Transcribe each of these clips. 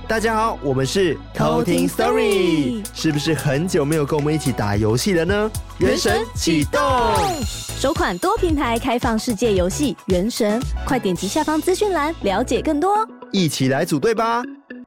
大家好，我们是偷听 Story， 是不是很久没有跟我们一起打游戏了呢？原神启动， 首款多平台开放世界游戏《原神》，快点击下方资讯栏了解更多， 一起来组队吧！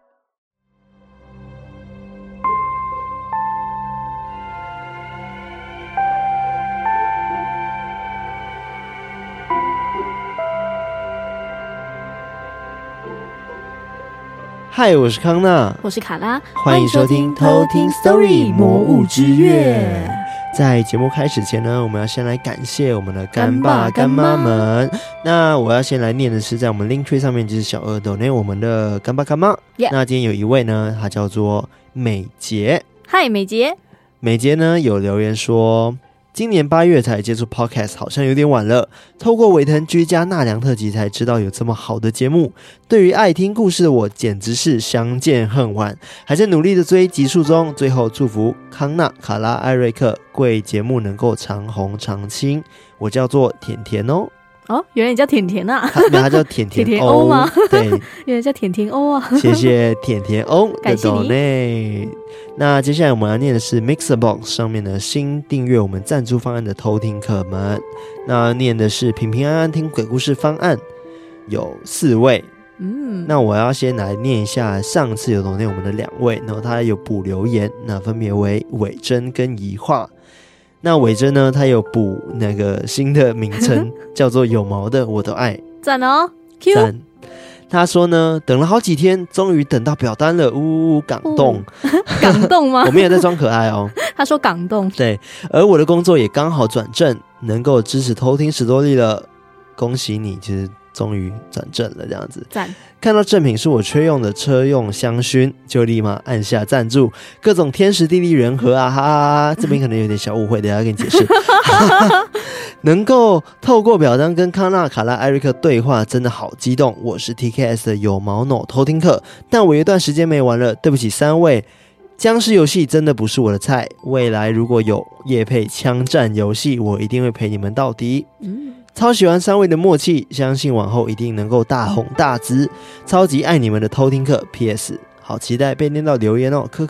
嗨，我是康娜， 我是卡拉， 欢迎收听偷听 Story 魔物之月。在节目开始前呢，我们要先来感谢我们的干爸干妈们。那我要先来念的是在我们 Linktree 上面就是小额donate我们的干爸干妈。那今天有一位呢，他叫做美杰。 嗨，美杰。 美杰呢有留言说，今年8月才接触 Podcast 好像有点晚了，透过维腾居家纳凉特辑才知道有这么好的节目，对于爱听故事的我简直是相见恨晚，还在努力的追集数中，最后祝福康纳、卡拉、艾瑞克贵节目能够长红长青。我叫做甜甜哦。 哦，原来你叫甜甜啊？ 他叫甜甜甜欧吗？ 对， 原来叫甜甜欧啊！ 谢谢甜甜欧的感谢 donate。那接下来我们要念的是 Mixerbox 上面的新订阅我们赞助方案的偷听客们。那念的是平平安安听鬼故事方案，有4位。那我要先来念一下上次有donate我们的2位，然后他有补留言，那分别为伟珍跟怡化。那伟珍呢，他有补那个新的名称叫做有毛的我都爱， 赞哦 Q。 赞。他说呢，等了好几天终于等到表单了，感动。 感动吗？ 我没有在装可爱哦。 他说感动。 对，而我的工作也刚好转正，能够支持偷听10多例了，恭喜你，其实终于转正了这样子。 赞。 看到正品是我缺用的车用香薰，就立马按下赞助，各种天时地利人和啊，哈哈，这边可能有点小误会，等一下跟你解释。能够透过表单跟康纳、卡拉、艾瑞克对话，真的好激动。我是 TKS 的有毛 no 偷听客，但我有一段时间没玩了，对不起3位。僵尸游戏真的不是我的菜，未来如果有业配枪战游戏，我一定会陪你们到底。超喜欢3位的默契，相信往后一定能够大红大紫。超级爱你们的偷听客 PS， 好期待被念到留言哦，科。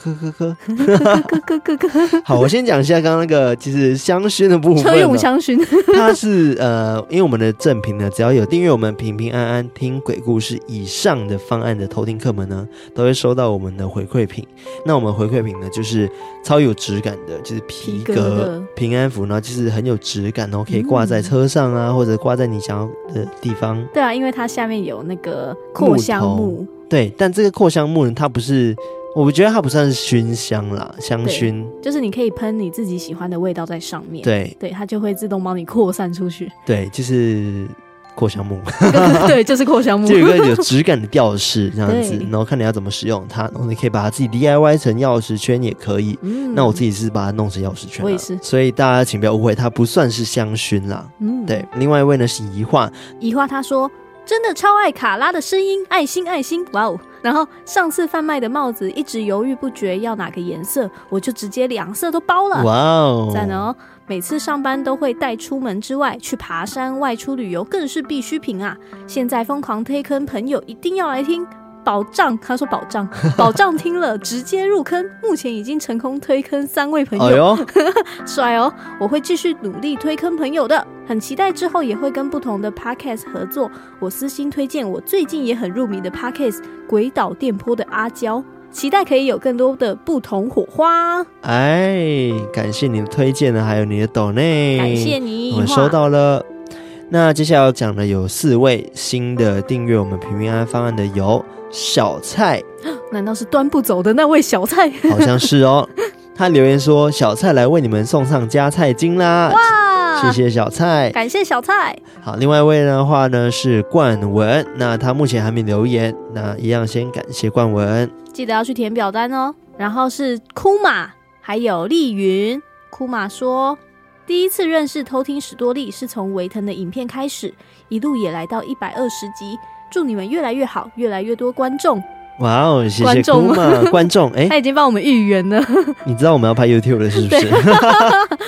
好，我先讲一下刚刚那个就是香薰的部分。 车用香薰， 它是因为我们的正品呢，只要有订阅我们平平安安听鬼故事以上的方案的偷听客们呢，都会收到我们的回馈品。那我们回馈品呢，就是超有质感的，就是皮革平安符，然后就是很有质感，然后可以挂在车上啊，或者挂在你想要的地方。 对啊，因为它下面有那个扩香木。对， 但这个扩香木呢，它不是，我觉得它不算是熏香啦，香薰就是你可以喷你自己喜欢的味道在上面。 对， 它就会自动帮你扩散出去。 对，就是扩香木。 对，就是扩香木， 就有一个有质感的吊饰这样子，然后看你要怎么使用它，然后你可以把它自己 DIY 成钥匙圈也可以。那我自己是把它弄成钥匙圈， 我也是。所以大家请不要误会，它不算是香薰啦。对。另外一位呢是怡化， 他说真的超爱卡拉的声音，爱心爱心，哇哦！然后上次贩卖的帽子一直犹豫不决要哪个颜色，我就直接2色都包了， 哇哦， 赞哦！每次上班都会带出门之外，去爬山、外出旅游更是必需品啊！现在疯狂推坑朋友一定要来听。保障，他说保障听了直接入坑，目前已经成功推坑3位朋友，帅哦！我会继续努力推坑朋友的，很期待之后也会跟不同的 podcast 合作。我私心推荐我最近也很入迷的 podcast 鬼岛电波的阿娇，期待可以有更多的不同火花。 感谢你的推荐呢，还有你的donate， 感谢你， 我们收到了。那接下来要讲的有4位新的订阅我们平平安安方案的有小菜， 难道是端不走的那位小菜？ 好像是哦。他留言说小菜来为你们送上加菜金啦，哇，谢谢小菜， 感谢小菜。 好，另外一位的话呢是冠文，那他目前还没留言，那一样先感谢冠文， 记得要去填表单哦。然后是库玛还有丽云，库玛说第一次认识偷听史多利是从维腾的影片开始，一路也来到120集，祝你们越来越好，越来越多观众。 哇哦，谢谢姑妈观众， 他已经帮我们预言了。 你知道我们要拍 YouTube 了是不是？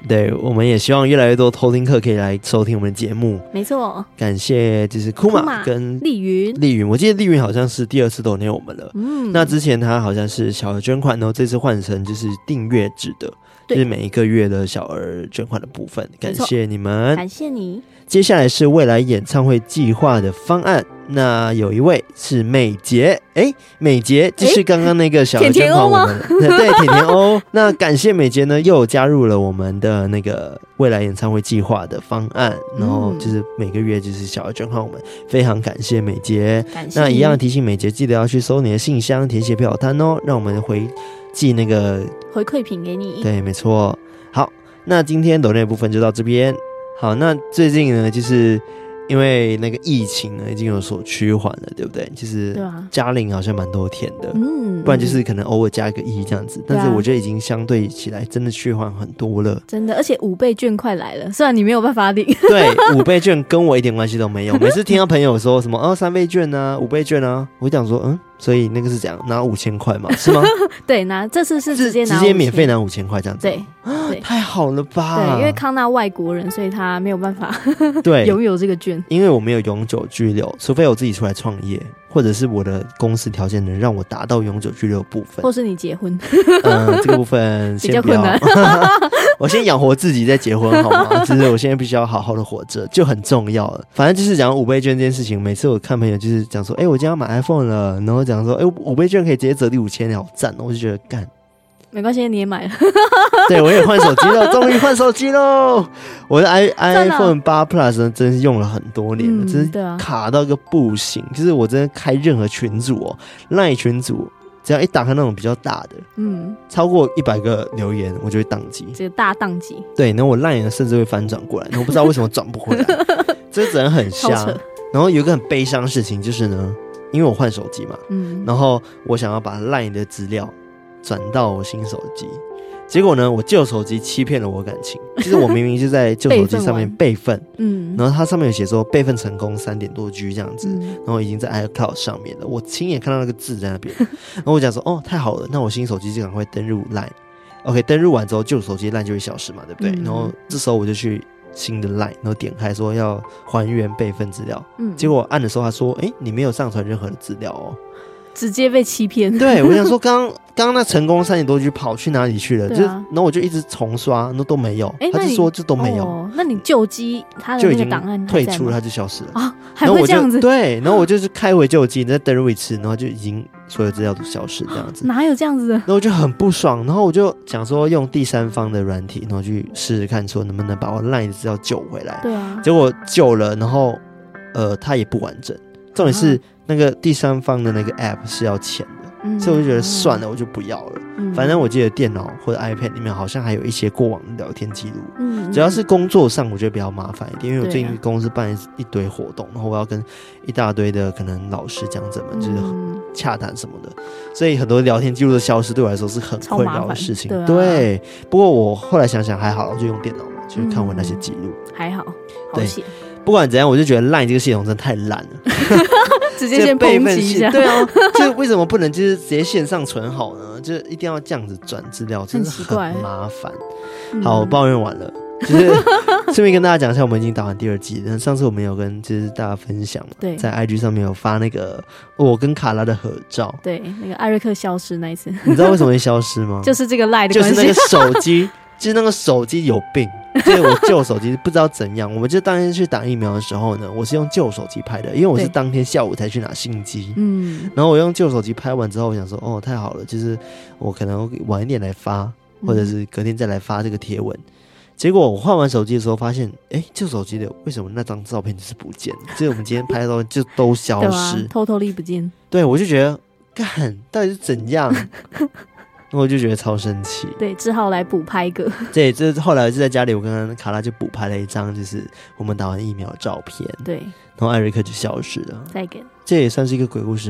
对，我们也希望越来越多偷听客可以来收听我们的节目。 没错， 感谢就是库玛跟丽云， 我记得丽云好像是第2次抖内我们了。那之前他好像是小额捐款，然后这次换成就是订阅制的，就是每一个月的小额捐款的部分。感谢你们， 感谢你。 接下来是未来演唱会计划的方案，那有一位是美杰，美杰就是刚刚那个小额捐款我们对甜甜欧。那感谢美杰呢，又有加入了我们的那个未来演唱会计划的方案，然后就是每个月就是小额捐款我们，非常感谢美杰。 感谢。 那一样提醒美杰，记得要去搜你的信箱，填写表单哦，让我们寄那个回馈品给你。 对，没错。好，那今天抖内的部分就到这边。好，那最近呢，就是因为那个疫情呢已经有所趋缓了，对不对？就是加零好像蛮多天的，不然就是可能偶尔加一个1这样子，但是我觉得已经相对起来真的趋缓很多了，真的，而且5倍券快来了，虽然你没有办法领， 对，5倍券跟我一点关系都没有。每次听到朋友说什么3倍券啊、5倍券啊，我就想说所以那个是怎样拿5000块嘛，是吗？ 对，这次是直接免费拿5000块这样子， 对， 太好了吧？ 对，因为康纳外国人，所以他没有办法对拥有这个券， 因为我没有永久居留，除非我自己出来创业，或者是我的公司条件能让我达到永久居留的部分， 或是你结婚， 这个部分先不要，比较困难我先养活自己再结婚好吗？就是我现在必须要好好的活着，就很重要了。反正就是讲5倍券这件事情，每次我看朋友就是讲说，我今天要买 iPhone 了，然后讲说5倍券可以直接折抵5000，好赞哦！我就觉得干。 没关系，你也买了。 对，我也换手机了，终于换手机喽！我的 iPhone 8 Plus 呢，真是用了很多年了，真是卡到一个不行。就是我真的开任何群组LINE 群组，只要一打开那种比较大的，超过100个留言，我就会宕机， 这个大宕机。对， 然后我 LINE 甚至会翻转过来，我不知道为什么转不回来，这真的很瞎。然后有一个很悲伤的事情就是呢，因为我换手机嘛，然后我想要把 LINE 的资料转到我新手机，结果呢，我旧手机欺骗了我感情。就是我明明就在旧手机上面备份，然后它上面有写说备份成功3.多 G 这样子，然后已经在 iCloud 上面了，我亲眼看到那个字在那边，然后我讲说，太好了，那我新手机就赶快登入 LINE，OK， 登入完之后旧手机 LINE 就会消失嘛，对不对？然后这时候我就去新的 LINE， 然后点开说要还原备份资料，结果我按的时候他说，你没有上传任何的资料哦。 直接被欺骗。 对，我想说刚刚那成功3.多 G 跑去哪里去了？然后我就一直重刷，那都没有。他就说这都没有。 那你旧机它的那个档案退出了，它就消失了啊？还会这样子？ 对，然后我就是开回旧机，再登入一次，然后就已经所有资料都消失这样子。 哪有这样子的？ 然后我就很不爽，然后我就想说用第三方的软体，然后去试试看，说能不能把我 LINE 的资料救回来。 对啊。 结果救了，然后它也不完整。重点是那个第三方的那个 app 是要钱的，所以我就觉得算了，我就不要了。反正我记得电脑或者 iPad 里面好像还有一些过往的聊天记录。只要是工作上，我觉得比较麻烦一点，因为我最近公司办一堆活动，然后我要跟一大堆的可能老师讲者们就是洽谈什么的，所以很多聊天记录的消失对我来说是很困扰的事情。对，不过我后来想想还好，我就用电脑嘛，就是看我那些记录， 还好，好写。 不管怎样，我就觉得 LINE 这个系统真的太烂了， 直接先抨击一下。 对啊，就为什么不能就是直接线上存好呢？就一定要这样子转资料，真的很麻烦。好，我抱怨完了，就是顺便跟大家讲一下，我们已经打完第2季了。上次我们有跟就是大家分享嘛， 对， 在 IG 上面有发那个我跟卡拉的合照， 对，那个艾瑞克消失那一次， 你知道为什么会消失吗？ 就是这个 LINE 的关系， 就是那个手机。就是那个手机有病，就是我旧手机不知道怎样。我们就当天去打疫苗的时候呢，我是用旧手机拍的，因为我是当天下午才去拿新机。然后我用旧手机拍完之后，我想说，太好了，就是我可能晚一点来发，或者是隔天再来发这个贴文。结果我换完手机的时候发现，旧手机的为什么那张照片就是不见了？就是我们今天拍的照片就都消失， 偷偷不见。 对，我就觉得，干，到底是怎样？我就觉得超生气， 对，只好来补拍一个。 对，这后来就在家里，我跟卡拉就补拍了一张，就是我们打完疫苗的照片。 对， 然后艾瑞克就消失了。 再给， 这也算是一个鬼故事吗？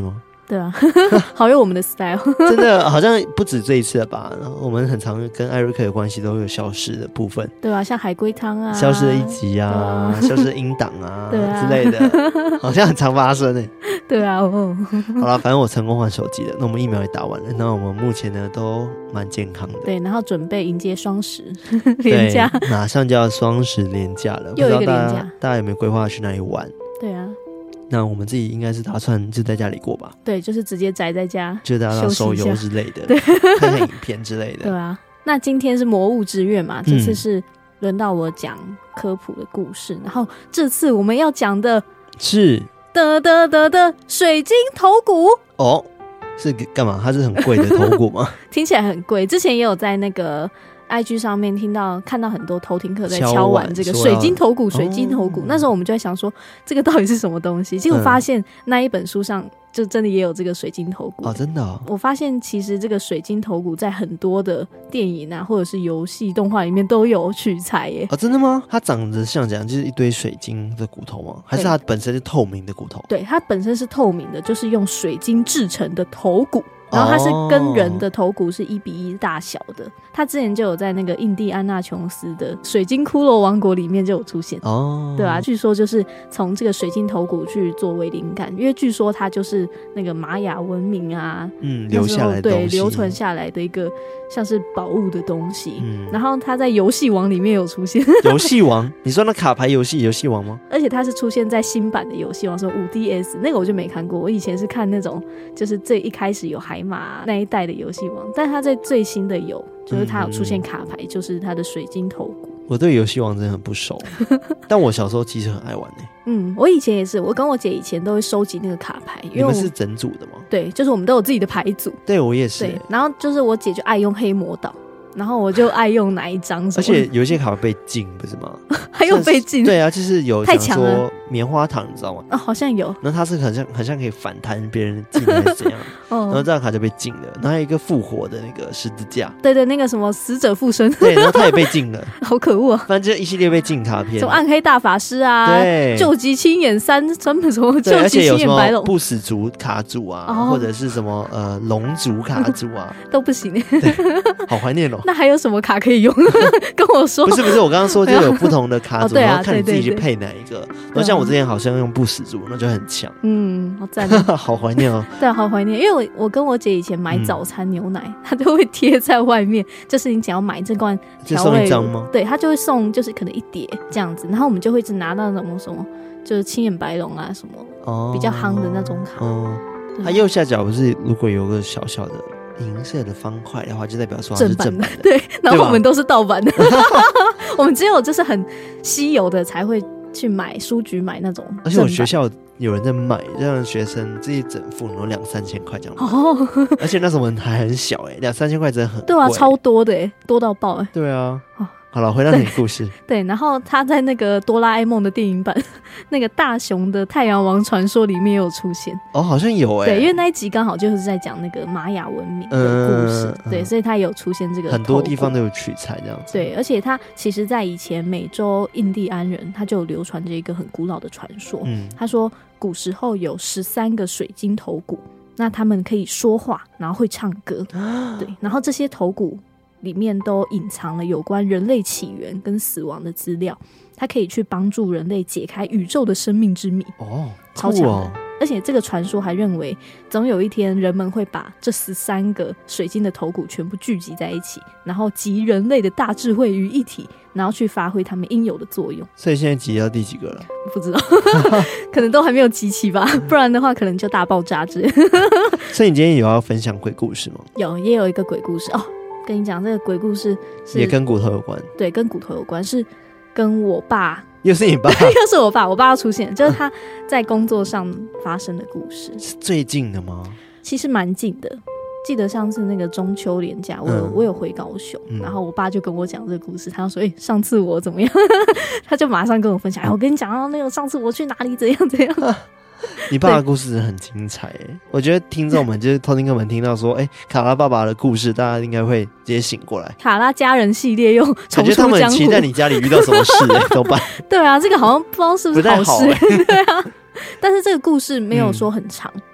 对啊，好有我们的 style。 真的好像不止这一次了吧？我们很常跟艾瑞克有关系，都有消失的部分。 对啊，像海龟汤啊， 消失的一集啊，消失的音档啊， 对啊之类的，好像很常发生欸。 对啊， 好了，反正我成功换手机了，那我们疫苗也打完了，那我们目前呢都蛮健康的。 对，然后准备迎接双十连假， 马上就要双十连假了， 又一个不知道连假， 大家有没有规划去哪里玩？ 对啊， 那我们自己应该是打算就在家里过吧， 对，就是直接宅在家， 就大家手游之类的，看看影片之类的。 对啊，那今天是魔物之月嘛，这次是轮到我讲科普的故事，然后这次我们要讲的是的水晶头骨哦，是干嘛？它是很贵的头骨吗？ 听起来很贵，之前也有在那个IG 上面看到很多偷听客在敲碗这个水晶头骨，水晶头骨。那时候我们就在想说，这个到底是什么东西？结果发现那一本书上就真的也有这个水晶头骨哦，真的哦。 我发现其实这个水晶头骨在很多的电影啊，或者是游戏、动画里面都有取材耶。 哦，真的吗？它长得像这样，就是一堆水晶的骨头吗？还是它本身是透明的骨头？ 对，它本身是透明的，就是用水晶制成的头骨。然后它是跟人的头骨是1:1大小的，它之前就有在那个印第安纳琼斯的水晶骷髅王国里面就有出现哦，对啊，据说就是从这个水晶头骨去作为灵感，因为据说它就是那个玛雅文明啊， 留下来的东西， 对，流传下来的一个像是宝物的东西。然后它在游戏王里面有出现， 游戏王？你说那卡牌游戏游戏王吗？ 而且它是出现在新版的游戏王，说5DS 那个我就没看过，我以前是看那种就是最一开始有海马那一代的游戏王，但它在最新的就是它有出现卡牌，就是它的水晶头骨。 我对游戏王真的很不熟，但我小时候其实很爱玩我以前也是，我跟我姐以前都会收集那个卡牌，因为你们是整组的吗？ 对，就是我们都有自己的牌组。 对，我也是。 对，然后就是我姐就爱用黑魔岛，然后我就爱用哪一张， 而且有一些卡会被禁，不是吗？ 还有被禁？ 对啊，就是有太强了。 棉花糖你知道吗？ 哦，好像有。 然后它是很像可以反弹别人禁还是怎样，然后这张卡就被禁了。然后还有一个复活的那个十字架， 对，那个什么死者复生， 对，然后它也被禁了， 好可恶啊！ 反正就一系列被禁卡片， 什么暗黑大法师啊， 对， 救急青眼3什么救急青眼白龙，不死族卡组啊，或者是什么龙族卡组啊， 都不行。 对，好怀念哦。 那还有什么卡可以用？跟我说。 不是，我刚刚说就有不同的卡组，然后看你自己去配哪一个。然后像我之前好像用不死族，那就很强。 好赞， 好怀念哦。 对，好怀念，因为我跟我姐以前买早餐牛奶，她都会贴在外面，就是你只要买这罐调味， 就送一张吗？ 对，她就会送，就是可能1叠这样子，然后我们就会一直拿到那种什么，就是青眼白龙啊什么，比较夯的那种卡。 它右下角不是如果有个小小的银色的方块的话，就代表说它是正版的。 对，然后我们都是盗版的，我们只有就是很稀有的才会去买书局买那种。 而且我学校有人在买，让学生自己整副，然后2-3千块这样。而且那时候我们还很小2-3千块真的很贵。 对啊，超多的多到爆对啊。好了，回到你的故事。 对，然后他在那个哆啦 A 梦的电影版那个大雄的太阳王传说里面也有出现。 哦，好像有对，因为那一集刚好就是在讲那个玛雅文明的故事。对，所以他有出现这个， 很多地方都有取材这样子。 对，而且他其实在以前美洲印第安人他就有流传着一个很古老的传说。他说古时候有13个水晶头骨，那他们可以说话，然后会唱歌。对，然后这些头骨里面都隐藏了有关人类起源跟死亡的资料，它可以去帮助人类解开宇宙的生命之谜。超强的。而且这个传说还认为总有一天人们会把这13个水晶的头骨全部聚集在一起，然后集人类的大智慧于一体，然后去发挥他们应有的作用。 所以现在集到第几个了？ 不知道可能都还没有集齐吧，不然的话可能就大爆炸之类所以你今天有要分享鬼故事吗？ 也有一个鬼故事跟你讲，这个鬼故事是也跟骨头有关。 对，跟骨头有关，是跟我爸。 又是你爸？ 又是我爸要出现，就是他在工作上发生的故事。 是最近的吗？ 其实蛮近的，记得上次那个中秋连假，我有回高雄，然后我爸就跟我讲这个故事，他说上次我怎么样他就马上跟我分享，我跟你讲到那个上次我去哪里怎样怎样你爸的故事很精彩我觉得听众们就是偷听客们听到说卡拉爸爸的故事，大家应该会直接醒过来。 卡拉家人系列又重出江湖， 感觉他们很期待你家里遇到什么事怎么办？ 对啊，这个好像不知道是不是好事不太好对啊，但是这个故事没有说很长，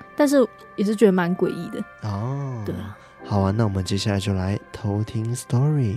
但是也是觉得蛮诡异的哦。 对啊， 好啊，那我们接下来就来偷听 story。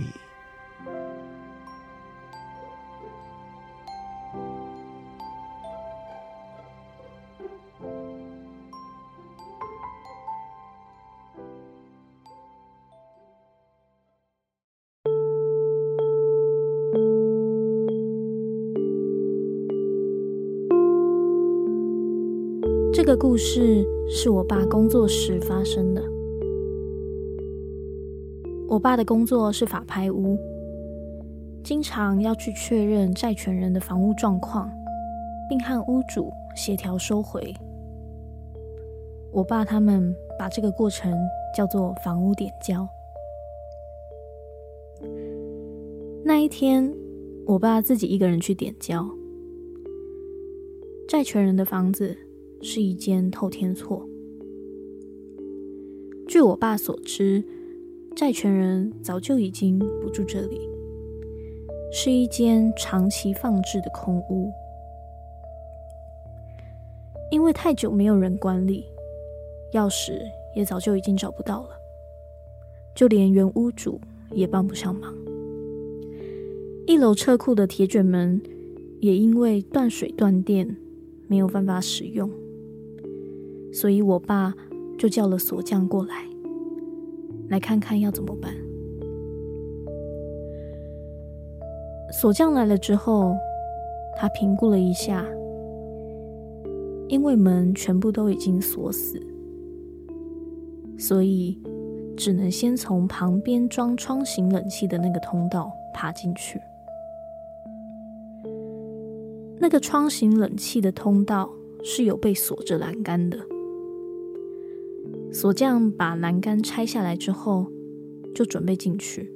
这个故事是我爸工作时发生的。我爸的工作是法拍屋，经常要去确认债权人的房屋状况，并和屋主协调收回。我爸他们把这个过程叫做房屋点交。那一天，我爸自己一个人去点交。债权人的房子是一间透天厝。据我爸所知，债权人早就已经不住这里，是一间长期放置的空屋。因为太久没有人管理，钥匙也早就已经找不到了，就连原屋主也帮不上忙。一楼车库的铁卷门也因为断水断电没有办法使用，所以我爸就叫了锁匠过来看看要怎么办。锁匠来了之后，他评估了一下，因为门全部都已经锁死，所以只能先从旁边装窗型冷气的那个通道爬进去。那个窗型冷气的通道是有被锁着栏杆的。锁匠把栏杆拆下来之后，就准备进去。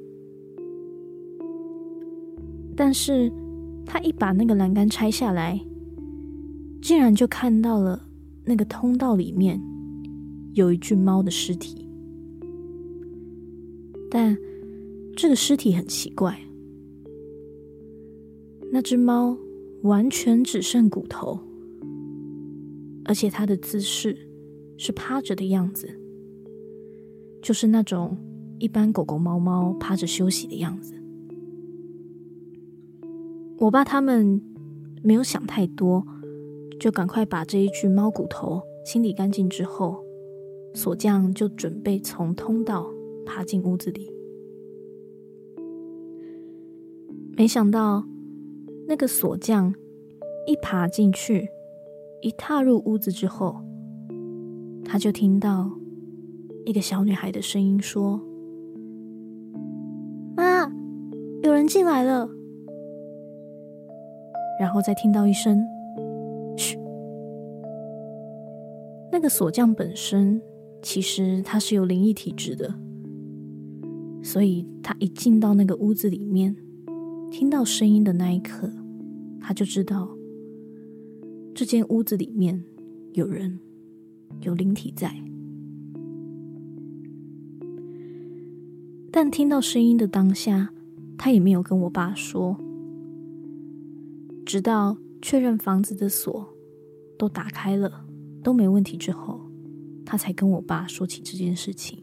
但是他一把那个栏杆拆下来，竟然就看到了那个通道里面有一具猫的尸体。但这个尸体很奇怪，那只猫完全只剩骨头，而且它的姿势是趴着的样子，就是那种一般狗狗猫猫趴着休息的样子。我爸他们没有想太多，就赶快把这一具猫骨头清理干净之后，锁匠就准备从通道爬进屋子里。没想到那个锁匠一爬进去，一踏入屋子之后，他就听到一个小女孩的声音说：“妈，有人进来了。”然后再听到一声“嘘”。那个锁匠本身其实他是有灵异体质的，所以他一进到那个屋子里面，听到声音的那一刻，他就知道这间屋子里面有人，有灵体在。但听到声音的当下，他也没有跟我爸说，直到确认房子的锁都打开了，都没问题之后，他才跟我爸说起这件事情。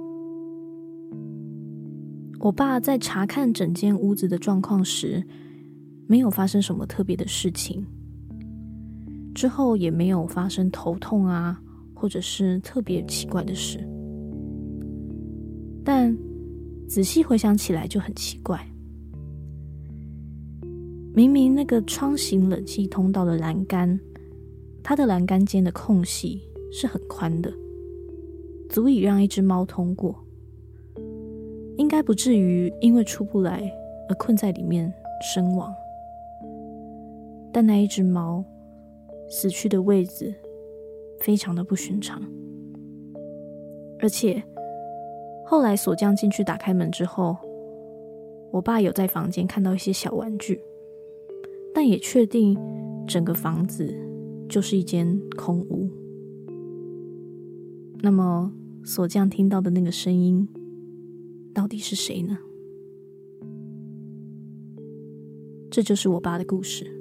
我爸在查看整间屋子的状况时，没有发生什么特别的事情，之后也没有发生头痛啊，或者是特别奇怪的事。但仔细回想起来就很奇怪，明明那个窗型冷气通道的栏杆，它的栏杆间的空隙是很宽的，足以让一只猫通过，应该不至于因为出不来而困在里面身亡。但那一只猫死去的位置非常的不寻常，而且后来锁匠进去打开门之后，我爸有在房间看到一些小玩具，但也确定整个房子就是一间空屋。那么锁匠听到的那个声音到底是谁呢？这就是我爸的故事。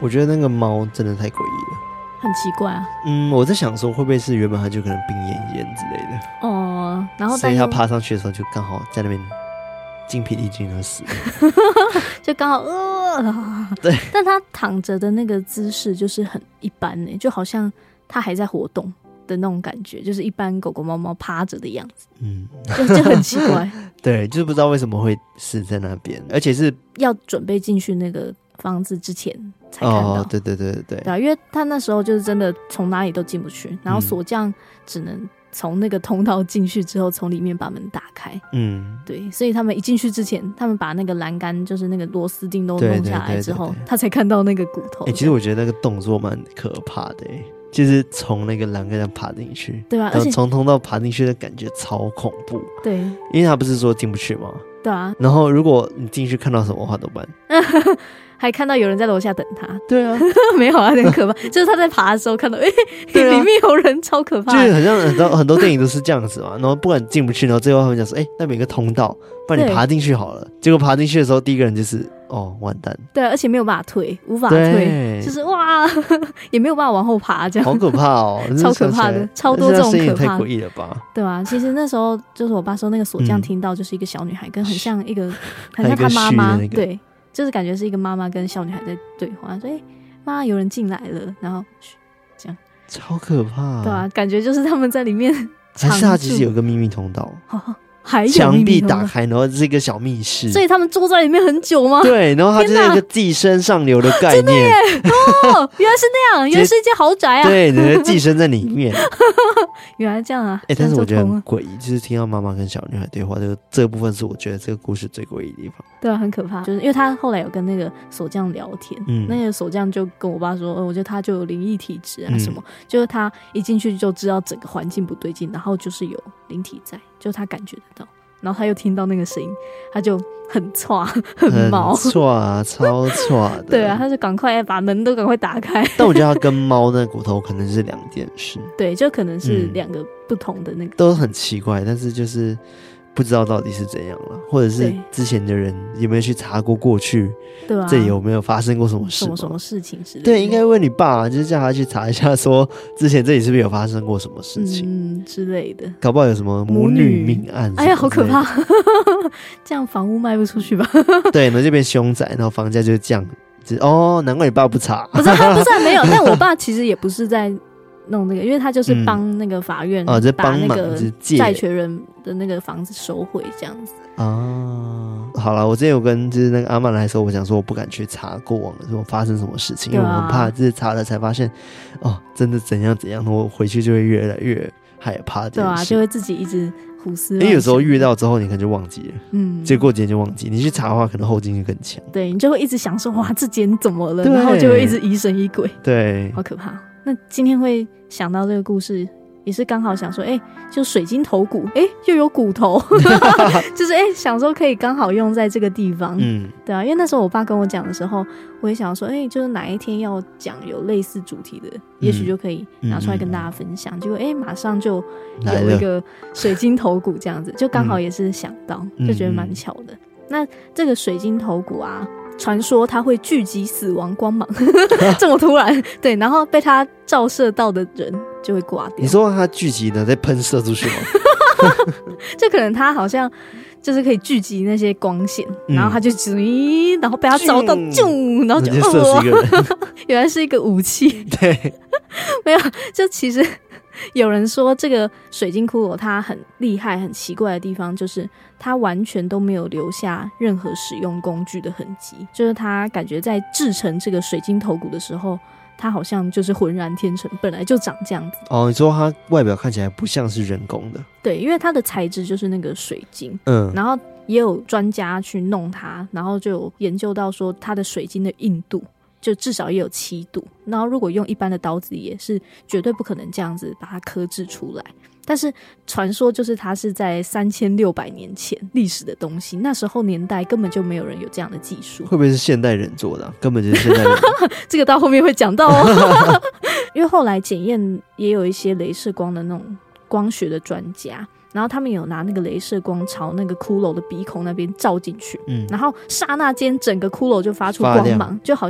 我觉得那个猫真的太诡异了， 很奇怪啊。 我在想说会不会是原本它就可能病恹恹之类的哦，然后所以它爬上去的时候就刚好在那边精疲力尽而死了就刚好对， 但它躺着的那个姿势就是很一般呢，就好像它还在活动的那种感觉，就是一般狗狗猫猫趴着的样子，就很奇怪对，就是不知道为什么会死在那边，而且是要准备进去那个房子之前才看到。 对对对对对啊，因为他那时候就是真的从哪里都进不去，然后锁匠只能从那个通道进去之后，从里面把门打开。对，所以他们一进去之前，他们把那个栏杆，就是那个螺丝钉都弄下来之后， 对对对对对他才看到那个骨头。 其实我觉得那个动作蛮可怕的就是从那个栏杆上爬进去， 对啊， 然后从通道爬进去的感觉超恐怖。 对， 因为他不是说进不去吗？ 对啊， 然后如果你进去看到什么的话怎么办？ 还看到有人在楼下等他。 对啊没有啊，很可怕就是他在爬的时候看到里面有人，超可怕的。 就是很像很多电影都是这样子嘛，然后不管进不去，然后最后他们讲说那边有个通道，不然你爬进去好了。结果爬进去的时候第一个人就是完蛋。 对，而且没有办法退，无法退，就是哇也没有办法往后爬，这样好可怕超可怕的，超多这种可怕的。 太诡异了吧？ 对啊，其实那时候就是我爸说那个锁匠听到就是一个小女孩跟很像很像他妈妈，对，就是感觉是一个妈妈跟小女孩在对话，说妈有人进来了，然后这样超可怕。 对啊，感觉就是他们在里面还是他其实有个秘密通道， 还有墙壁打开，然后是一个小密室， 所以他们坐在里面很久吗？ 对，然后它就是一个寄生上流的概念。真的耶原来是那样，原来是一间豪宅啊！ 对，你寄生在里面。 原来这样啊！ 但是我觉得很诡异，就是听到妈妈跟小女孩对话，这个部分是我觉得这个故事最诡异的地方。 对啊，很可怕，就是因为他后来有跟那个锁匠聊天，那个锁匠就跟我爸说，我觉得他就有灵异体质啊什么，就是他一进去就知道整个环境不对劲，然后就是有灵体在，就他感觉得到。然后他又听到那个声音，他就很挫很毛， 很挫啊，超挫的。 对啊，他就赶快把门都赶快打开。 但我觉得他跟猫那骨头可能是两件事。 对，就可能是两个不同的那个， 都很奇怪，但是就是不知道到底是怎样了，或者是之前的人有没有去查过去，对啊，这里有没有发生过什么事， 什么事情之类的。 对，应该问你爸，就是叫他去查一下，说之前这里是不是有发生过什么事情，之类的，搞不好有什么母女命案。 哎呀，好可怕！这样房屋卖不出去吧？ 对，然后就变凶宅，然后房价就降。难怪你爸不查。 不是没有，但我爸其实也不是在弄那个，因为他就是帮那个法院把那个债权人的那个房子收回这样子。 好了，我之前有跟就是那个阿曼来说，我想说我不敢去查过往的说发生什么事情，因为我很怕就是查了才发现真的怎样，我回去就会越来越害怕这件事。对啊，就会自己一直胡思乱想。因为有时候遇到之后你可能就忘记了，结果过几天就忘记，你去查的话可能后劲就更强。对，你就会一直想说哇这间怎么了，然后就会一直疑神疑鬼。对，好可怕。那今天会想到这个故事也是刚好想说就水晶头骨又有骨头就是想说可以刚好用在这个地方。对啊，因为那时候我爸跟我讲的时候我也想说就是哪一天要讲有类似主题的也许就可以拿出来跟大家分享，结果马上就有一个水晶头骨这样子就刚好也是想到就觉得蛮巧的。那这个水晶头骨啊传说它会聚集死亡光芒这么突然，对，然后被它照射到的人就会挂掉。你说它聚集的在喷射出去吗？就可能它好像就是可以聚集那些光线，然后它就然后被它照到然后就射死一个人原来是一个武器。对没有，就其实有人说这个水晶骷髅它很厉害很奇怪的地方就是它完全都没有留下任何使用工具的痕迹，就是它感觉在制成这个水晶头骨的时候它好像就是浑然天成，本来就长这样子。你说它外表看起来不像是人工的？对，因为它的材质就是那个水晶，然后也有专家去弄它，然后就有研究到说它的水晶的硬度就至少也有7度，然后如果用一般的刀子也是绝对不可能这样子把它刻制出来。但是传说就是它是在3600年前历史的东西，那时候年代根本就没有人有这样的技术。会不会是现代人做的根本就是现代人这个到后面会讲到因为后来检验也有一些雷射光的那种光学的专家，然后他们有拿那个雷射光朝那个骷髅的鼻孔那边照进去，然后刹那间整个骷髅就发出光芒，就好像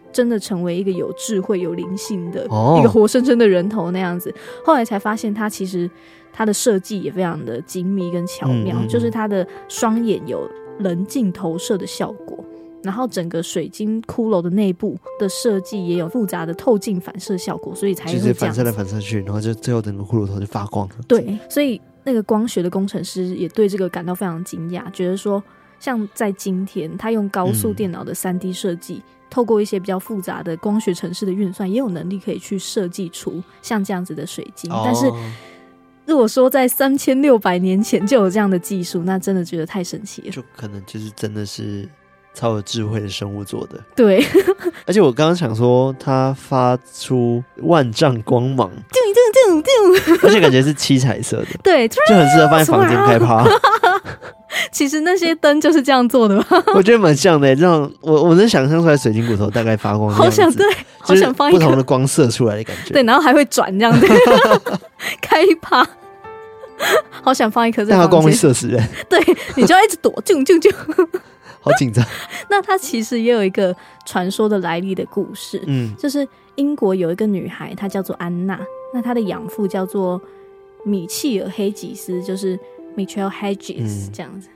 真的成为一个有智慧有灵性的一个活生生的人头那样子。后来才发现他其实他的设计也非常的精密跟巧妙，就是他的双眼有棱镜投射的效果，然后整个水晶骷髅的内部的设计也有复杂的透镜反射效果，所以才会这样子， 就是反射来反射去，然后就最后整个骷髅头就发光了。 对，所以那个光学的工程师也对这个感到非常惊讶，觉得说像在今天他用高速电脑的 3D 设计，透过一些比较复杂的光学程式的运算，也有能力可以去设计出像这样子的水晶，但是如果说在3600年前就有这样的技术，那真的觉得太神奇了， 就可能就是真的是超有智慧的生物做的。 对而且我刚刚想说它发出万丈光芒而且感觉是七彩色的， 对， 就很适合放在房间开趴其实那些灯就是这样做的吧我觉得蛮像的，这样我能想象出来水晶骨头大概发光的样子， 好想对，好想放一个不同的光射出来的感觉， 对，然后还会转这样子开趴好想放一颗在房间， 但它光会射死人对，你就要一直躲啾啾啾好紧张那它其实也有一个传说的来历的故事，就是英国有一个女孩，她叫做安娜，那她的养父叫做米契尔黑吉斯，就是 Michael Hedges 这样子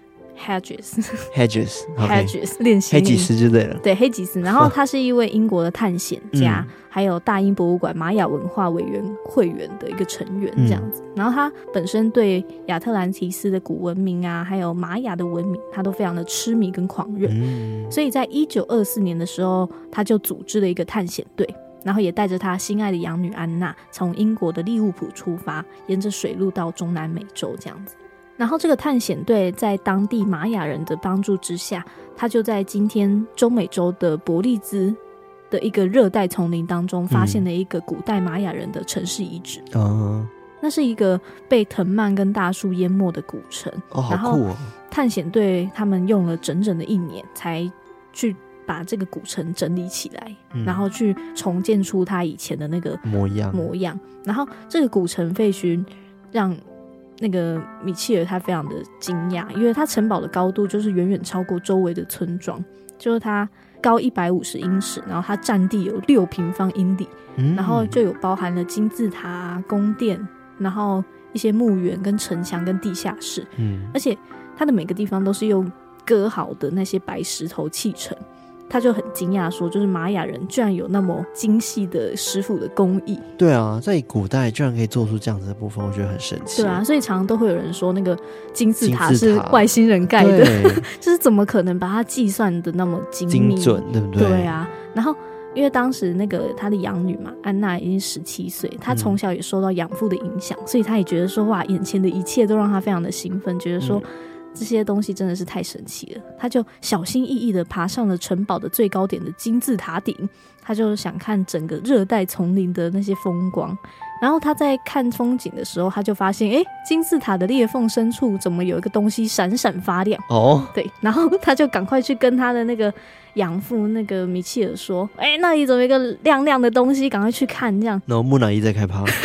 Hedges 练习黑吉斯就对了， 对，黑吉斯。然后他是一位英国的探险家，还有大英博物馆玛雅文化委员会员的一个成员这样子。然后他本身对亚特兰提斯的古文明啊，还有玛雅的文明，他都非常的痴迷跟狂热。所以在1924年的时候，他就组织了一个探险队。然后也带着他心爱的养女安娜，从英国的利物浦出发，沿着水路到中南美洲这样子。然后这个探险队在当地玛雅人的帮助之下，他就在今天中美洲的伯利兹的一个热带丛林当中发现了一个古代玛雅人的城市遗址。那是一个被藤蔓跟大树淹没的古城。 好酷哦！ 探险队他们用了整整的1年才去把这个古城整理起来，然后去重建出它以前的那个模样。然后这个古城废墟让那个米契尔他非常的惊讶，因为它城堡的高度就是远远超过周围的村庄，就是它高150英尺，然后它占地有6平方英里，然后就有包含了金字塔、宫殿，然后一些墓园跟城墙跟地下室，而且它的每个地方都是用割好的那些白石头砌成。他就很惊讶说，就是玛雅人居然有那么精细的师傅的工艺。 对啊，在古代居然可以做出这样子的部分，我觉得很神奇。 对啊，所以常常都会有人说那个金字塔是外星人盖的就是怎么可能把它计算的那么精准，对不对？ 对啊，然后因为当时那个他的养女嘛，安娜已经17岁，她从小也受到养父的影响，所以她也觉得说哇，眼前的一切都让她非常的兴奋，觉得说这些东西真的是太神奇了。他就小心翼翼地爬上了城堡的最高点的金字塔顶，他就想看整个热带丛林的那些风光。然后他在看风景的时候，他就发现金字塔的裂缝深处怎么有一个东西闪闪发亮对，然后他就赶快去跟他的那个养父那个米契尔说那里怎么有一个亮亮的东西，赶快去看这样。 然后木乃伊在开趴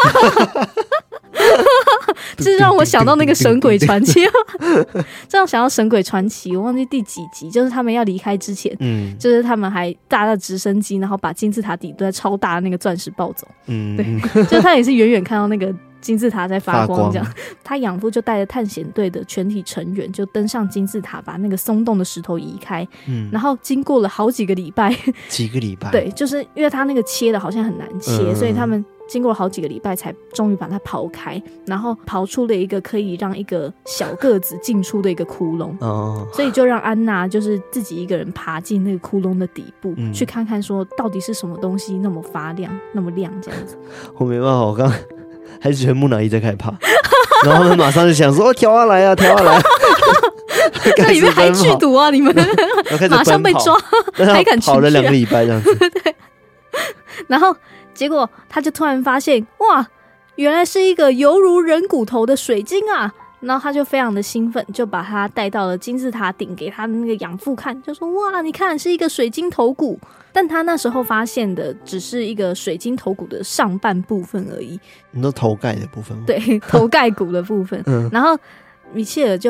这让我想到那个神鬼传奇这样想到神鬼传奇，我忘记第几集，就是他们要离开之前就是他们还搭了直升机，然后把金字塔底端超大的那个钻石抱走对，就他也是远远看到那个金字塔在发光这样。他养父就带着探险队的全体成员就登上金字塔，把那个松动的石头移开然后经过了好几个礼拜对，就是因为他那个切的好像很难切所以他们经过了好几个礼拜才终于把它刨开，然后刨出了一个可以让一个小个子进出的一个窟窿所以就让安娜就是自己一个人爬进那个窟窿的底部去看看说到底是什么东西那么发亮那么亮这样子。 我没办法，我刚还是觉得木乃伊在开趴然后他们马上就想说调下来啊调下来那里面还剧毒啊你们马上被抓还敢跑了2个礼拜这样子对，然后结果他就突然发现哇原来是一个犹如人骨头的水晶啊，然后他就非常的兴奋，就把他带到了金字塔顶给他的那个养父看，就说哇你看是一个水晶头骨。但他那时候发现的只是一个水晶头骨的上半部分而已， 你说头盖的部分吗？ 对，头盖骨的部分然后米切尔就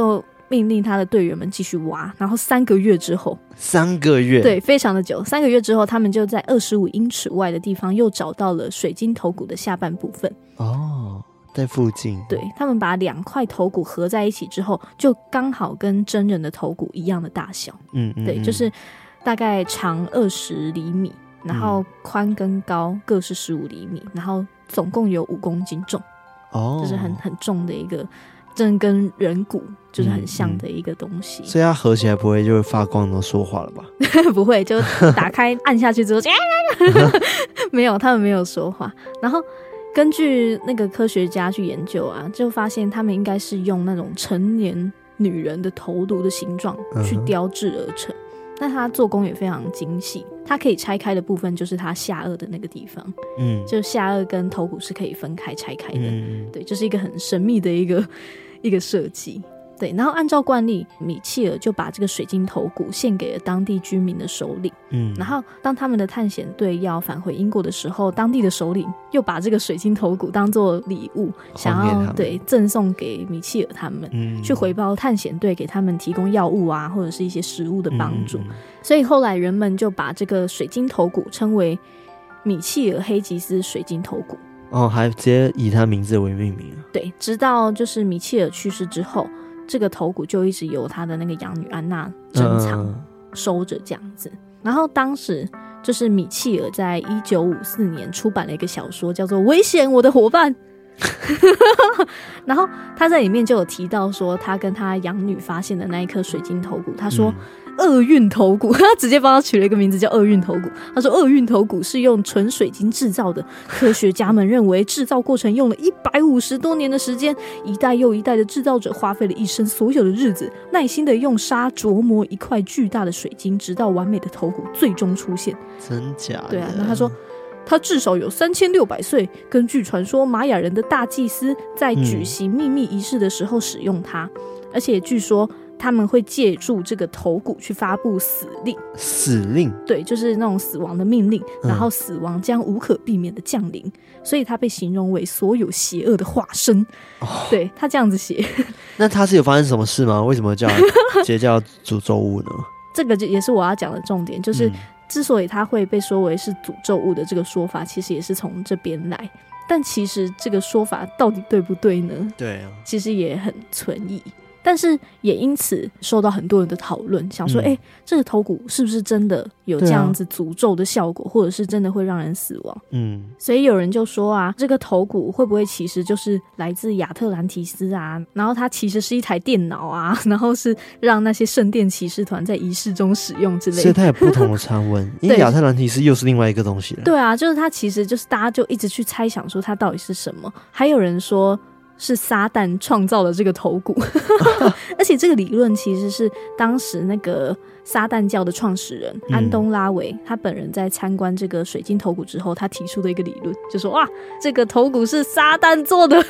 命令他的队员们继续挖，然后3个月之后 ，3个月， 对，非常的久。3个月之后，他们就在25英尺外的地方又找到了水晶头骨的下半部分。 哦，在附近。 对，他们把2块头骨合在一起之后，就刚好跟真人的头骨一样的大小。对，就是大概长20厘米，然后宽跟高各是15厘米，然后总共有5公斤重。就是很重的一个，真跟人骨就是很像的一个东西。 所以它合起来不会就会发光都说话了吧？ 不会，就打开按下去之后没有，他们没有说话。然后根据那个科学家去研究啊，就发现他们应该是用那种成年女人的头颅的形状去雕制而成。那它做工也非常精细，它可以拆开的部分就是它下颚的那个地方，就下颚跟头骨是可以分开拆开的，对，就是一个很神秘的一个设计。对，然后按照惯例，米切尔就把这个水晶头骨献给了当地居民的首领。然后当他们的探险队要返回英国的时候，当地的首领又把这个水晶头骨当作礼物，想要对赠送给米切尔他们，去回报探险队给他们提供药物啊，或者是一些食物的帮助。所以后来人们就把这个水晶头骨称为米切尔黑吉斯水晶头骨。 还直接以他名字为命名。 对，直到就是米切尔去世之后，这个头骨就一直由他的那个养女安娜珍藏收着这样子。然后当时就是米切尔在1954年出版了一个小说叫做《危险我的伙伴》然后他在里面就有提到说他跟他养女发现的那一颗水晶头骨，他说厄运头骨，他直接帮他取了一个名字叫厄运头骨。他说厄运头骨是用纯水晶制造的，科学家们认为制造过程用了150多年的时间，一代又一代的制造者花费了一生所有的日子，耐心的用砂琢磨一块巨大的水晶，直到完美的头骨最终出现。 真假的？ 对啊，那他说他至少有3600岁，根据传说玛雅人的大祭司在举行秘密仪式的时候使用它，而且据说他们会借助这个头骨去发布死令。 死令？对， 就是那种死亡的命令，然后死亡将无可避免的降临，所以他被形容为所有邪恶的化身。对，他这样子写。 那他是有发生什么事吗？为什么直接叫诅咒物呢？ 这个也是我要讲的重点，就是之所以他会被说为是诅咒物的这个说法，其实也是从这边来。但其实这个说法到底对不对呢？对啊，其实也很存疑。但是也因此受到很多人的讨论，想说这个头骨是不是真的有这样子诅咒的效果，或者是真的会让人死亡。所以有人就说啊，这个头骨会不会其实就是来自亚特兰提斯啊，然后它其实是一台电脑啊，然后是让那些圣殿骑士团在仪式中使用之类的。 所以它有不同的传闻因为亚特兰提斯又是另外一个东西了。 对啊，就是它其实就是大家就一直去猜想说它到底是什么。还有人说是撒旦创造了这个头骨而且这个理论其实是当时那个撒旦教的创始人安东拉维他本人在参观这个水晶头骨之后，他提出的一个理论，就说哇，这个头骨是撒旦做的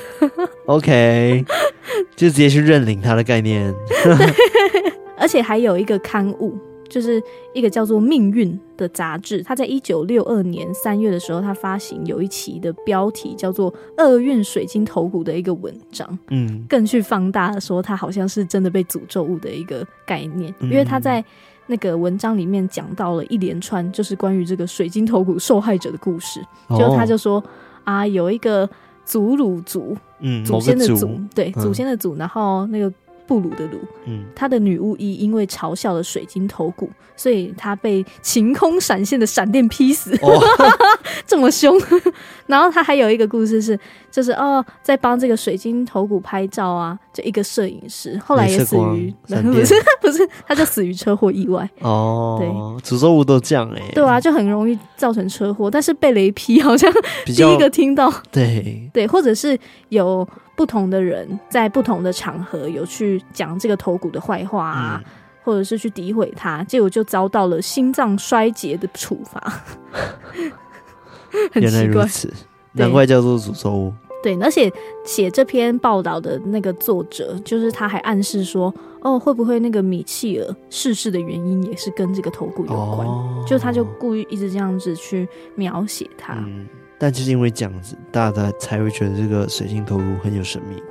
OK 就直接去认领他的概念对，而且还有一个刊物，就是一个叫做《命运》的杂志，他在1962年3月的时候，他发行有一期的标题叫做《厄运水晶头骨》的一个文章，更去放大的说它好像是真的被诅咒物的一个概念，因为他在那个文章里面讲到了一连串就是关于这个水晶头骨受害者的故事，就他就说啊，有一个祖鲁族，祖先的祖，对，祖先的祖，然后那个布鲁的鲁，他的女巫医因为嘲笑了水晶头骨，所以他被晴空闪现的闪电劈死，这么凶然后他还有一个故事是，就是在帮这个水晶头骨拍照啊，就一个摄影师后来也死于不是他就死于车祸意外。对， 诅咒物都这样对啊，就很容易造成车祸，但是被雷劈好像第一个听到。对，或者是有不同的人在不同的场合有去讲这个头骨的坏话啊，或者是去诋毁他，结果就遭到了心脏衰竭的处罚很奇怪，原来如此， 难怪叫做诅咒物。 对，而且写这篇报道的那个作者，就是他还暗示说会不会那个米契尔逝世的原因也是跟这个头骨有关，就他就故意一直这样子去描写他。 但就是因为这样子，大家才会觉得这个水晶头骨很有神秘感。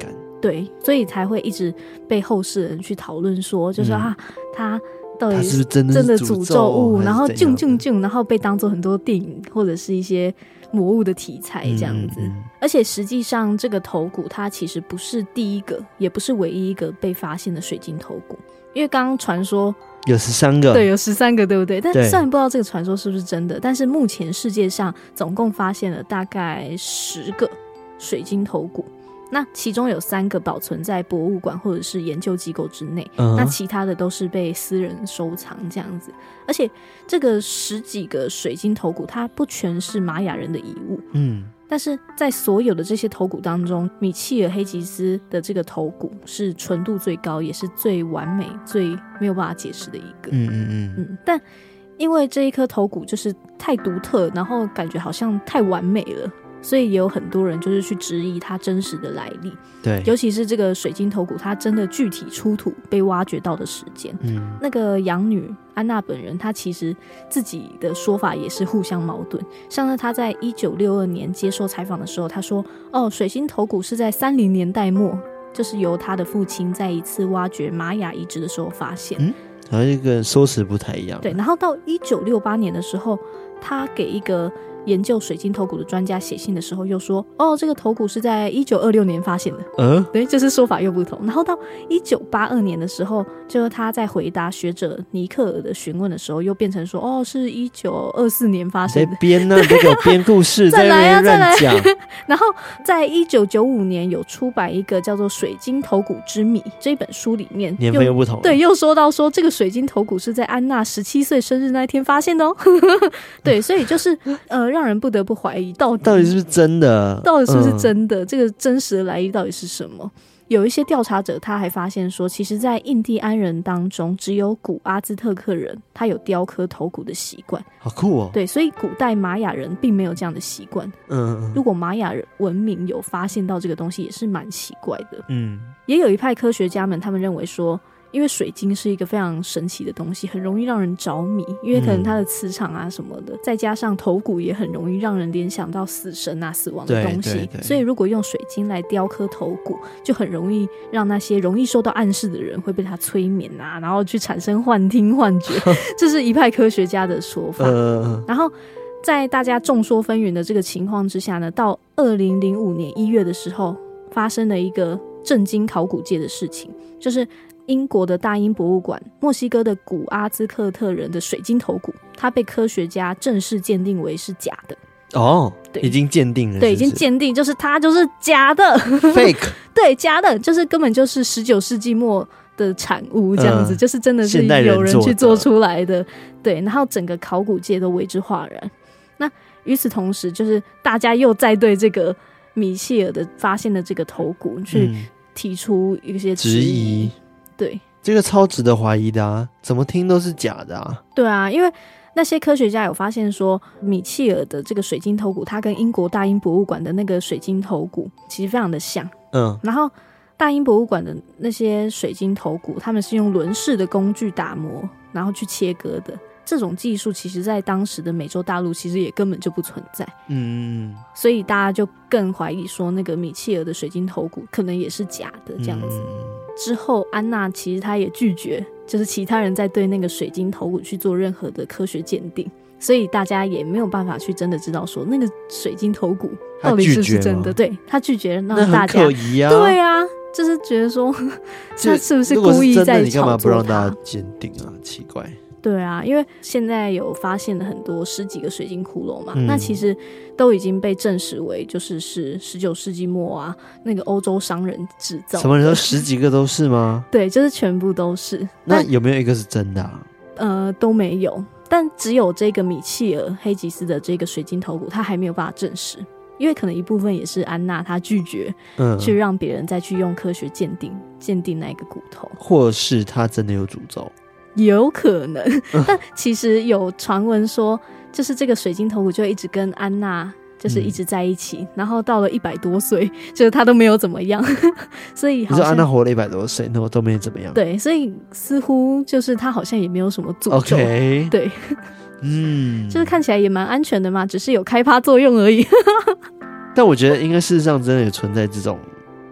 对，所以才会一直被后世人去讨论说，就是他到底他是不是真的诅诅咒物，然后啾， 然后被当做很多电影或者是一些魔物的题材这样子。而且实际上这个头骨它其实不是第一个也不是唯一一个被发现的水晶头骨，因为刚刚传说有13个， 对，有13个，对不对？但虽然不知道这个传说是不是真的，但是目前世界上总共发现了大概10个水晶头骨，那其中有3个保存在博物馆或者是研究机构之内，那其他的都是被私人收藏这样子。而且这个10几个水晶头骨它不全是玛雅人的遗物，但是在所有的这些头骨当中，米契尔黑吉斯的这个头骨是纯度最高，也是最完美最没有办法解释的一个。但因为这一颗头骨就是太独特，然后感觉好像太完美了，所以也有很多人就是去质疑它真实的来历。 对， 尤其是这个水晶头骨它真的具体出土被挖掘到的时间。那个养女安娜本人她其实自己的说法也是互相矛盾，像是她在1962年接受采访的时候，她说水晶头骨是在30年代末，就是由她的父亲在一次挖掘玛雅遗址的时候发现。 好像跟说辞不太一样。 对，然后到1968年的时候，他给一个研究水晶头骨的专家写信的时候又说这个头骨是在1926年发现的。对，就是说法又不同。然后到1982年的时候，就是他在回答学者尼克尔的询问的时候又变成说是1924年发生的。 在编呢，这个编故事在那边乱讲。 然后在1995年有出版一个叫做《水晶头骨之谜》这一本书里面， 年份又不同了。 对，又说到说这个水晶头骨是在安娜17岁生日那一天发现的对，所以就是让人不得不怀疑到底是不是真的， 到底是不是真的，这个真实的来历到底是什么。有一些调查者他还发现说，其实在印第安人当中只有古阿兹特克人他有雕刻头骨的习惯。 好酷哦。 对，所以古代玛雅人并没有这样的习惯。如果玛雅文明有发现到这个东西也是蛮奇怪的。也有一派科学家们他们认为说，因为水晶是一个非常神奇的东西，很容易让人着迷，因为可能它的磁场啊什么的，再加上头骨也很容易让人联想到死神啊死亡的东西，所以如果用水晶来雕刻头骨，就很容易让那些容易受到暗示的人会被它催眠啊，然后去产生幻听幻觉这是一派科学家的说法。然后在大家众说纷纭的这个情况之下呢，到2005年1月的时候发生了一个震惊考古界的事情，就是英国的大英博物馆墨西哥的古阿兹克特人的水晶头骨，它被科学家正式鉴定为是假的。对， 已经鉴定了。 对，已经鉴定，就是它就是假的 fake 对，假的，就是根本就是19世纪末的产物这样子，就是真的是有人去做出来的。对，然后整个考古界都为之哗然。那与此同时，就是大家又在对这个米切尔的发现的这个头骨去提出一些质疑。对， 这个超值得怀疑的啊，怎么听都是假的啊。 对啊，因为那些科学家有发现说，米切尔的这个水晶头骨它跟英国大英博物馆的那个水晶头骨其实非常的像。然后大英博物馆的那些水晶头骨他们是用轮式的工具打磨然后去切割的，这种技术其实在当时的美洲大陆其实也根本就不存在。所以大家就更怀疑说那个米切尔的水晶头骨可能也是假的这样子。之后安娜其实她也拒绝就是其他人在对那个水晶头骨去做任何的科学鉴定，所以大家也没有办法去真的知道说那个水晶头骨到底是不是真的。对，他拒绝让大家， 那很可疑啊。 对啊，就是觉得说他是不是故意在炒作他， 你干嘛不让大家鉴定啊？奇怪。 对啊，因为现在有发现了很多10几个水晶骷髅嘛，那其实都已经被证实为是19世纪末啊那个欧洲商人制造的。 什么人10几个都是吗？ 对，就是全部都是。 那有没有一个是真的啊？ 都没有，但只有这个米切尔黑吉斯的这个水晶头骨它还没有办法证实，因为可能一部分也是安娜她拒绝去让别人再去用科学鉴定那个骨头， 或是她真的有诅咒， 有可能。但其实有传闻说就是这个水晶头骨就一直跟安娜就是一直在一起，然后到了100多岁就是她都没有怎么样所以好像你说安娜活了100多岁那我都没怎么样。 对，所以似乎就是她好像也没有什么诅咒。 Okay. 对就是看起来也蛮安全的嘛，只是有开趴作用而已但我觉得应该事实上真的也存在这种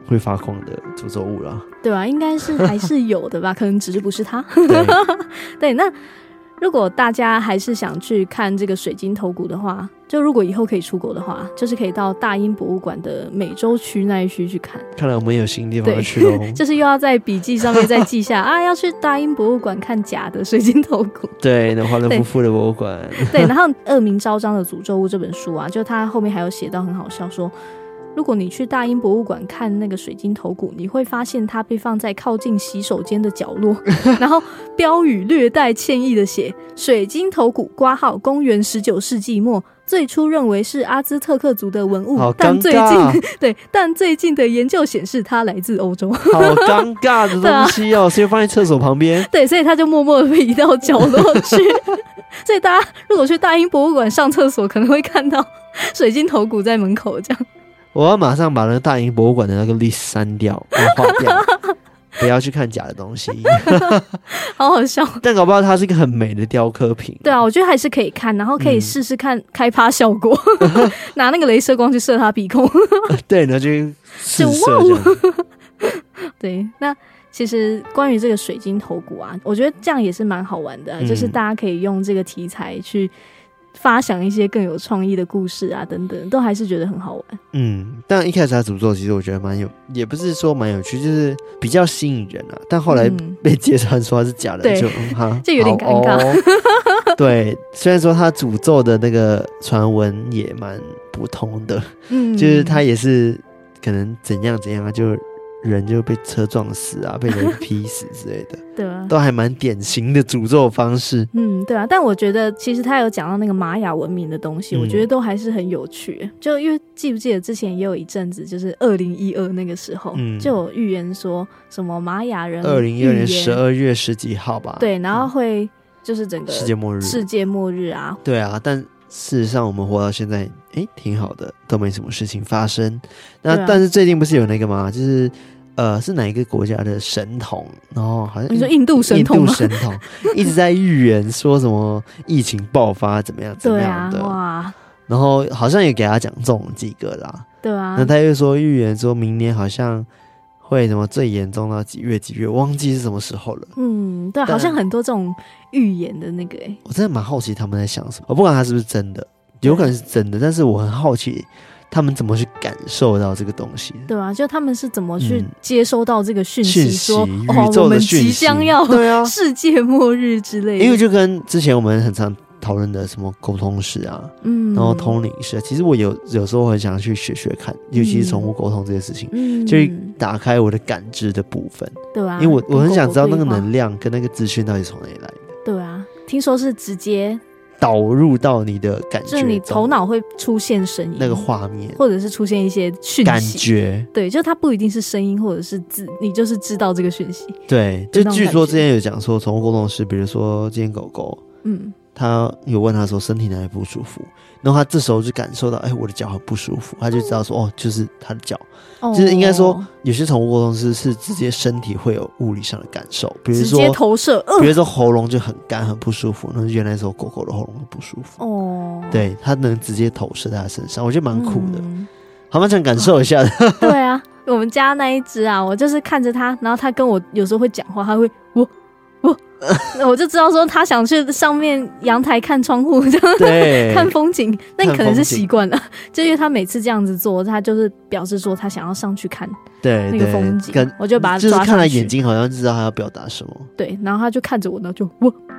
会发光的诅咒物啦。 对啊，应该是还是有的吧，可能只是不是他。 对对，那如果大家还是想去看这个水晶头骨的话，就如果以后可以出国的话，就是可以到大英博物馆的美洲区那一区去看。 看来我们有新地方要去咯。 就是又要在笔记上面再记下啊，要去大英博物馆看假的水晶头骨。 对，那华伦夫妇的博物馆。 对，然后《恶名昭彰的诅咒物》这本书啊，就他后面还有写到很好笑说，如果你去大英博物馆看那个水晶头骨，你会发现它被放在靠近洗手间的角落，然后标语略带歉意的写水晶头骨括号公元19世纪末，最初认为是阿兹特克族的文物，但最近的研究显示它来自欧洲。 好尴尬的东西哦，所以放在厕所旁边。 对，所以他就默默地移到角落去。所以大家如果去大英博物馆上厕所，可能会看到水晶头骨在门口这样。 我要马上把那个大英博物馆的那个 list 删掉，划掉，不要去看假的东西。 好好笑。 但搞不好它是一个很美的雕刻品。 对啊，我觉得还是可以看，然后可以试试看开趴效果，拿那个雷射光去射他鼻孔。 对，然后就试射这样。 对，那其实关于这个水晶头骨啊，我觉得这样也是蛮好玩的就是大家可以用这个题材去发想一些更有创意的故事啊，等等，都还是觉得很好玩。 但一开始他诅咒其实我觉得蛮有，也不是说蛮有趣，就是比较吸引人啊。但后来被揭穿说他是假的，就有点尴尬。 对，虽然说他诅咒的那个传闻也蛮不同的，就是他也是可能怎样就人就被车撞死啊，被人劈死之类的。对啊，都还蛮典型的诅咒方式。 对啊，但我觉得其实他有讲到那个玛雅文明的东西，我觉得都还是很有趣。就因为记不记得之前也有一阵子，就是2012那个时候，就有预言说什么玛雅人 2012年12月10几号吧。 对，然后会就是整个世界末日啊。对啊，但事实上我们活到现在挺好的，都没什么事情发生。那但是最近不是有那个吗？就是是哪一个国家的神童，然后好像你说印度神童一直在预言说什么疫情爆发怎么样的。对啊，哇！然后好像也给他讲中几个啦。对啊，那他又说预言说明年好像会什么最严重到几月，忘记是什么时候了。 对，好像很多这种预言的那个我真的蛮好奇他们在想什么。我不管他是不是真的，有可能是真的，但是我很好奇他们怎么去感受到这个东西。对啊， 就他们是怎么去接收到这个讯息说宇宙的讯息， 我们即将要世界末日之类的。 因为就跟之前我们很常讨论的什么沟通师啊，然后通灵师，其实我有时候很想去学看，尤其是宠物沟通这些事情，就是打开我的感知的部分。对啊，因为我很想知道那个能量跟那个资讯到底从哪里来的。 对啊，听说是直接导入到你的感觉， 就是你头脑会出现声音， 那个画面， 或者是出现一些讯息感觉。对， 就它不一定是声音或者是字，你就是知道这个讯息。 对，就据说之前有讲说，宠物沟通师，比如说今天狗狗，他有问他说身体哪里不舒服，然后他这时候就感受到，我的脚很不舒服，他就知道说，就是他的脚。就是应该说，有些宠物沟通师是直接身体会有物理上的感受，比如说直接投射， 比如说喉咙就很干很不舒服，那原来说狗狗的喉咙不舒服。对，他能直接投射在他身上，我觉得蛮酷的，还蛮想感受一下的。 对啊，我们家那一只啊，我就是看着它，然后它跟我有时候会讲话，它会我就知道说他想去上面阳台看窗户这样，对，看风景。那可能是习惯了，就因为他每次这样子做，他就是表示说他想要上去看那个风景，我就把他抓上去， 就是看他眼睛好像知道他要表达什么。 对，然后他就看着我，然后就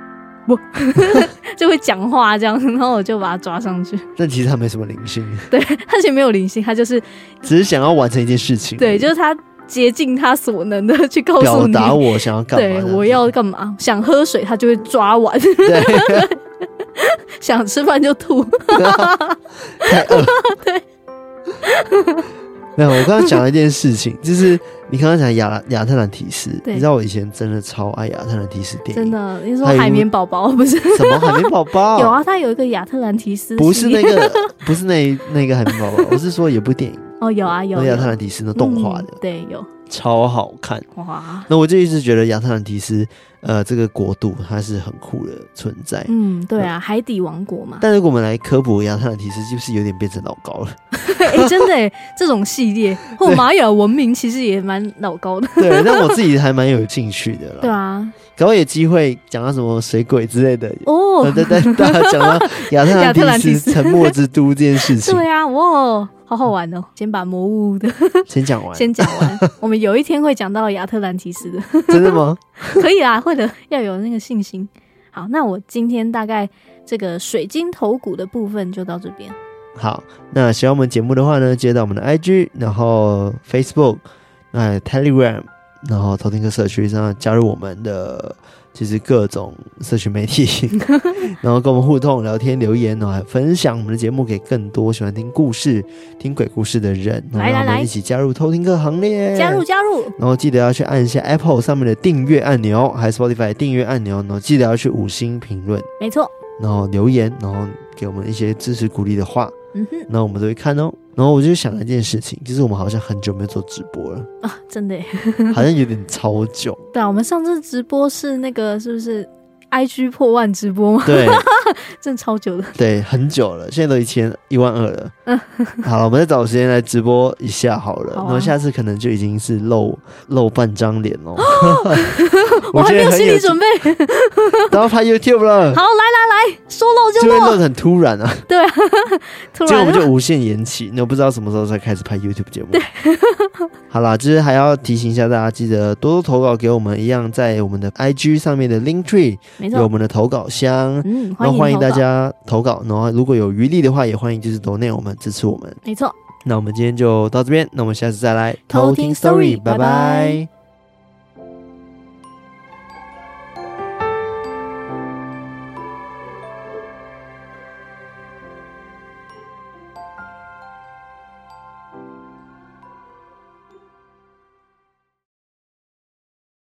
就会讲话这样，然后我就把他抓上去。 但其实他没什么灵性， 对，他其实没有灵性，他就是只是想要完成一件事情。 对，就是他竭尽他所能的去告诉你表达我想要干嘛。 对，我要干嘛？想喝水他就会抓完，对，想吃饭就吐， 太饿。 对。 没有，我刚刚讲了一件事情，就是你刚刚讲亚特兰提斯，你知道我以前真的超爱亚特兰提斯电影。真的，你说海绵宝宝不是？ 什么海绵宝宝？ 有啊，它有一个亚特兰提斯， 不是那个，不是那个海绵宝宝，我是说有部电影。 有啊，有亚特兰提斯的动画的。 对，有。 超好看。 哇， 那我就一直觉得亚特兰蒂斯这个国度它是很酷的存在。 对啊，海底王国嘛。 但如果我们来科普亚特兰蒂斯，就是有点变成老高了。 真的耶，这种系列或玛雅文明其实也蛮老高的。 对，但我自己还蛮有兴趣的啦。 对啊， 搞不好有机会讲到什么水鬼之类的哦。 大家讲到亚特兰蒂斯沉默之都这件事情。 对啊，哇，好好玩哦！先把魔物的先讲完， 我们有一天会讲到亚特兰蒂斯的。 真的吗？ 可以啦，会的，要有那个信心。好，那我今天大概这个水晶头骨的部分就到这边。 好，那喜欢我们节目的话呢，记得到我们的 IG， 然后 Facebook， Telegram， 然后偷听客社区上加入我们的其实各种社群媒体，然后跟我们互动、聊天、留言，然后还分享我们的节目给更多喜欢听故事、听鬼故事的人，然后让我们一起加入偷听客行列， 加入！ 然后记得要去按一下 Apple 上面的订阅按钮，还有 Spotify 的订阅按钮，然后记得要去5星评论， 没错， 然后留言，然后给我们一些支持鼓励的话。那我们都会看哦。然后我就想了一件事情，就是我们好像很久没有做直播了啊，真的耶， 好像有点超久。对啊，我们上次直播是那个是不是 IG 破万直播吗？ 对， 真的超久了。 对，很久了，现在都12000了。好了，我们再找时间来直播一下好了。然后下次可能就已经是露半张脸了。 我还没有心理准备， 都要拍 YouTube 了。 好，来，说露就露。 就会露得很突然啊。 对啊，突然。 结果我们就无限延期，那我不知道什么时候才开始拍 YouTube 节目。对，好啦，就是还要提醒一下大家，记得多多投稿给我们，一样在我们的 IG 上面的 Linktree 有我们的投稿箱，然后欢迎大家投稿，然后如果有余力的话，也欢迎就是donate我们支持我们。 没错， 那我们今天就到这边，那我们下次再来偷听 Story， 拜拜。